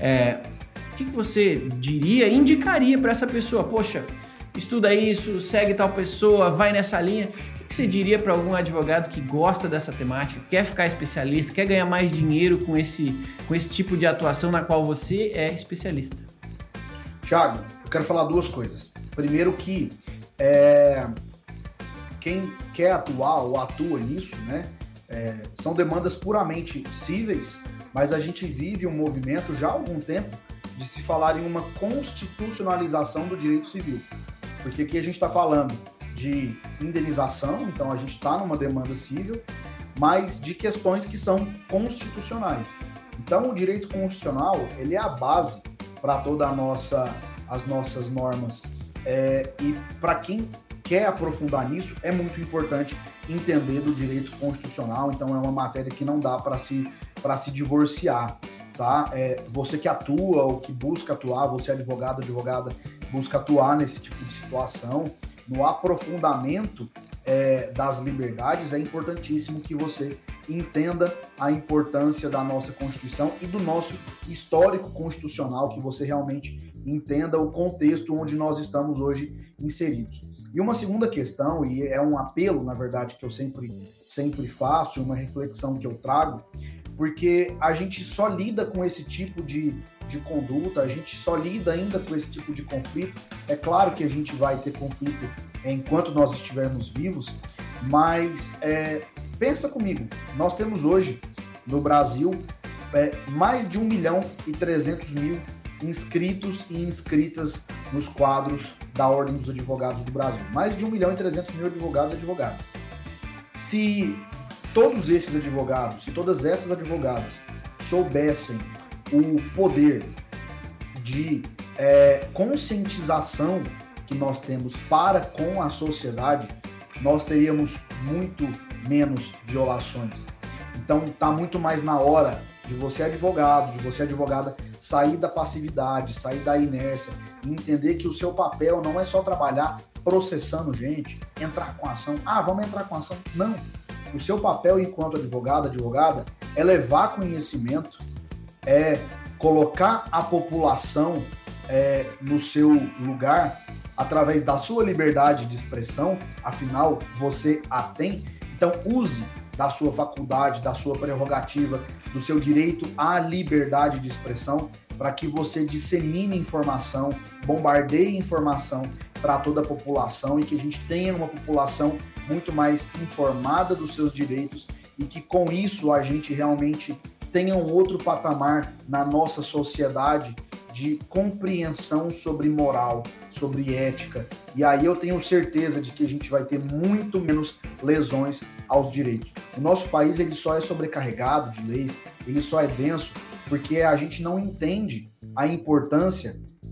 O que você diria, indicaria para essa pessoa? Poxa, estuda isso, segue tal pessoa, vai nessa linha. O que você diria para algum advogado que gosta dessa temática, quer ficar especialista, quer ganhar mais dinheiro com esse tipo de atuação na qual você é especialista? Thiago, eu quero falar duas coisas. Primeiro que quem quer atuar ou atua nisso, né, são demandas puramente cíveis, mas a gente vive um movimento já há algum tempo de se falar em uma constitucionalização do direito civil. Porque aqui a gente está falando de indenização, então a gente está numa demanda civil, mas de questões que são constitucionais. Então o direito constitucional, ele é a base para todas as nossas normas. E para quem quer aprofundar nisso, é muito importante entender do direito constitucional, então é uma matéria que não dá para se divorciar. Tá? Você que atua ou que busca atuar, você advogado, advogada, busca atuar nesse tipo de situação, no aprofundamento das liberdades, é importantíssimo que você entenda a importância da nossa Constituição e do nosso histórico constitucional, que você realmente entenda o contexto onde nós estamos hoje inseridos. E uma segunda questão, e é um apelo, na verdade, que eu sempre faço, uma reflexão que eu trago, porque a gente só lida com esse tipo de conduta, a gente só lida ainda com esse tipo de conflito. É claro que a gente vai ter conflito enquanto nós estivermos vivos, mas pensa comigo, nós temos hoje no Brasil mais de 1.300.000 inscritos e inscritas nos quadros da Ordem dos Advogados do Brasil. Mais de 1.300.000 advogados e advogadas. Se todos esses advogados, se todas essas advogadas soubessem o poder de conscientização que nós temos para com a sociedade, nós teríamos muito menos violações. Então, está muito mais na hora de você, advogado, de você, advogada, sair da passividade, sair da inércia e entender que o seu papel não é só trabalhar processando gente, entrar com ação. Ah, vamos entrar com ação. Não. O seu papel enquanto advogada, é levar conhecimento, é colocar a população no seu lugar através da sua liberdade de expressão, afinal, você a tem. Então, use da sua faculdade, da sua prerrogativa, do seu direito à liberdade de expressão, para que você dissemine informação, bombardeie informação para toda a população e que a gente tenha uma população muito mais informada dos seus direitos e que com isso a gente realmente tenha um outro patamar na nossa sociedade de compreensão sobre moral, sobre ética. E aí eu tenho certeza de que a gente vai ter muito menos lesões aos direitos. O nosso país ele só é sobrecarregado de leis, ele só é denso porque a gente não entende a importância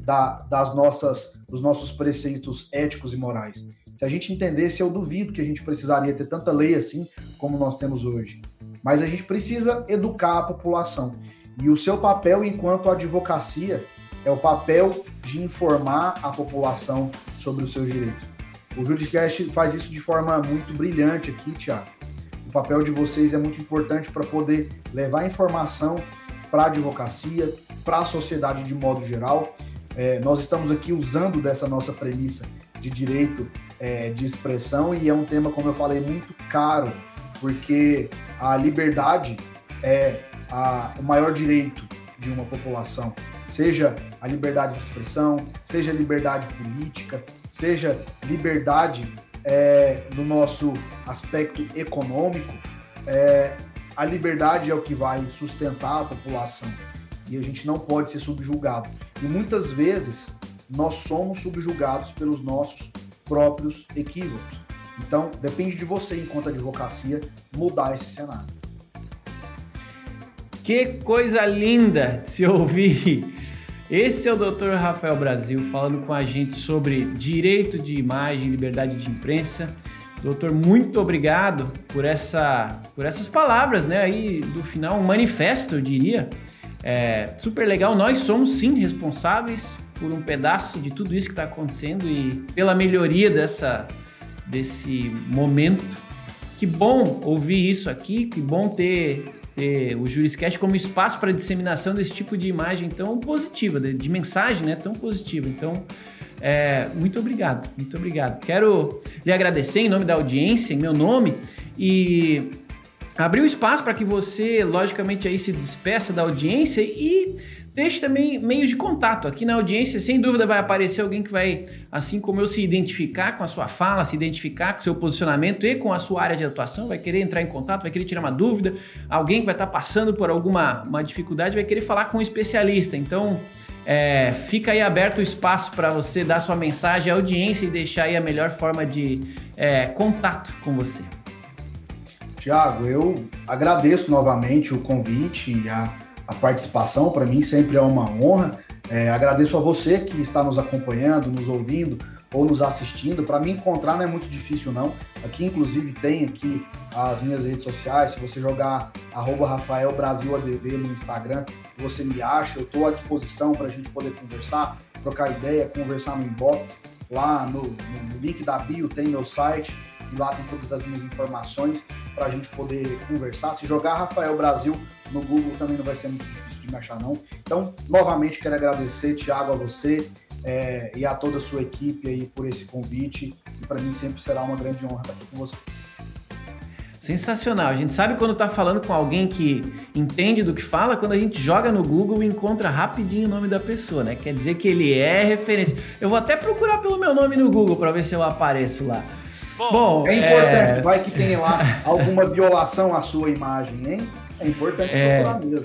dos nossos preceitos éticos e morais. Se a gente entendesse, eu duvido que a gente precisaria ter tanta lei assim como nós temos hoje. Mas a gente precisa educar a população. E o seu papel enquanto advocacia é o papel de informar a população sobre os seus direitos. O Judicast faz isso de forma muito brilhante aqui, Thiago. O papel de vocês é muito importante para poder levar informação para a advocacia, para a sociedade de modo geral. Nós estamos aqui usando dessa nossa premissa de direito de expressão e é um tema, como eu falei, muito caro, porque a liberdade é o maior direito de uma população, seja a liberdade de expressão, seja a liberdade política, seja liberdade no nosso aspecto econômico, a liberdade é o que vai sustentar a população e a gente não pode ser subjugado. E muitas vezes nós somos subjugados pelos nossos próprios equívocos. Então, depende de você, enquanto advocacia, mudar esse cenário. Que coisa linda de se ouvir! Esse é o Dr. Rafael Brasil falando com a gente sobre direito de imagem, liberdade de imprensa. Doutor, muito obrigado por essas palavras, né? Aí do final, um manifesto, eu diria. Super legal. Nós somos, sim, responsáveis por um pedaço de tudo isso que está acontecendo e pela melhoria desse momento. Que bom ouvir isso aqui, que bom ter o Juriscast como espaço para disseminação desse tipo de imagem tão positiva, de mensagem, né, tão positiva. Então, muito obrigado, muito obrigado. Quero lhe agradecer em nome da audiência, em meu nome, e abrir o espaço para que você, logicamente, aí se despeça da audiência e deixe também meios de contato. Aqui na audiência, sem dúvida, vai aparecer alguém que vai, assim como eu, se identificar com a sua fala, se identificar com o seu posicionamento e com a sua área de atuação, vai querer entrar em contato, vai querer tirar uma dúvida, alguém que vai estar passando por alguma dificuldade vai querer falar com um especialista. Então, fica aí aberto o espaço para você dar sua mensagem à audiência e deixar aí a melhor forma de contato com você. Tiago, eu agradeço novamente o convite e a participação, para mim sempre é uma honra. Agradeço a você que está nos acompanhando, nos ouvindo ou nos assistindo. Para me encontrar não é muito difícil, não. Aqui, inclusive, tem aqui as minhas redes sociais. Se você jogar @RafaelBrasilADV no Instagram, você me acha. Eu estou à disposição para a gente poder conversar, trocar ideia, conversar no inbox. Lá no link da bio tem meu site e lá tem todas as minhas informações para a gente poder conversar. Se jogar Rafael Brasil no Google também não vai ser muito difícil de me achar, não. Então, novamente, quero agradecer, Thiago, a você e a toda a sua equipe aí por esse convite. E para mim sempre será uma grande honra estar aqui com vocês. Sensacional. A gente sabe quando está falando com alguém que entende do que fala, quando a gente joga no Google e encontra rapidinho o nome da pessoa, né? Quer dizer que ele é referência. Eu vou até procurar pelo meu nome no Google para ver se eu apareço lá. Bom, é importante. Vai que tem lá alguma violação à sua imagem, hein? É importante procurar mesmo.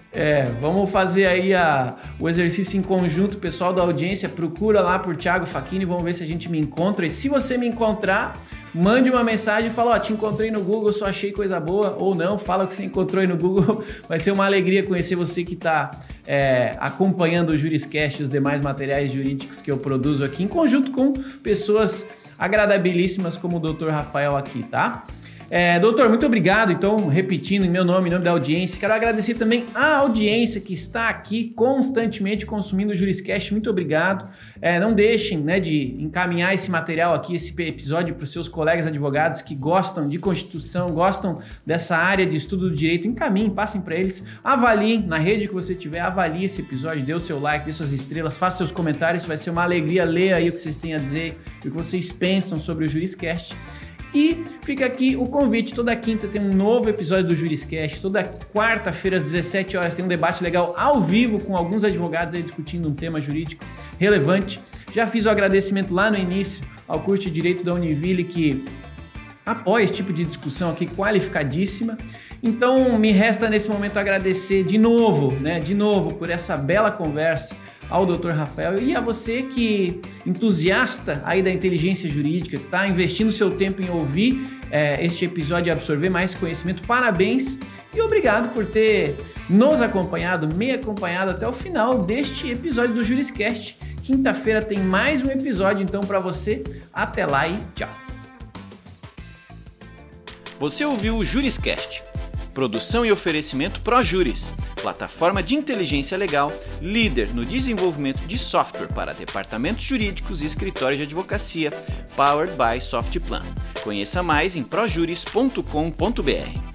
Vamos fazer aí o exercício em conjunto, pessoal da audiência, procura lá por Thiago Facchini, vamos ver se a gente me encontra. E se você me encontrar, mande uma mensagem e fala, te encontrei no Google, só achei coisa boa, ou não, fala que você encontrou aí no Google. Vai ser uma alegria conhecer você que está acompanhando o Juriscast e os demais materiais jurídicos que eu produzo aqui, em conjunto com pessoas agradabilíssimas como o Dr. Rafael aqui, tá? Doutor, muito obrigado. Então, repetindo em meu nome, em nome da audiência, quero agradecer também a audiência que está aqui constantemente consumindo o Juriscast. Muito obrigado. Não deixem de encaminhar esse material aqui, esse episódio para os seus colegas advogados que gostam de Constituição, gostam dessa área de estudo do direito. Encaminhem, passem para eles, avaliem na rede que você tiver, avalie esse episódio, dê o seu like, dê suas estrelas, faça seus comentários. Vai ser uma alegria ler aí o que vocês têm a dizer, o que vocês pensam sobre o Juriscast. E fica aqui o convite, toda quinta tem um novo episódio do Juriscast, toda quarta-feira às 17 horas tem um debate legal ao vivo com alguns advogados aí discutindo um tema jurídico relevante. Já fiz o agradecimento lá no início ao curso de Direito da Univille que apoia esse tipo de discussão aqui qualificadíssima. Então me resta nesse momento agradecer de novo por essa bela conversa ao Dr. Rafael e a você que entusiasta aí da inteligência jurídica, que está investindo seu tempo em ouvir este episódio e absorver mais conhecimento. Parabéns e obrigado por ter nos acompanhado, me acompanhado até o final deste episódio do Juriscast. Quinta-feira tem mais um episódio então para você. Até lá e tchau. Você ouviu o Juriscast. Produção e oferecimento ProJuris, plataforma de inteligência legal, líder no desenvolvimento de software para departamentos jurídicos e escritórios de advocacia, powered by Softplan. Conheça mais em projuris.com.br.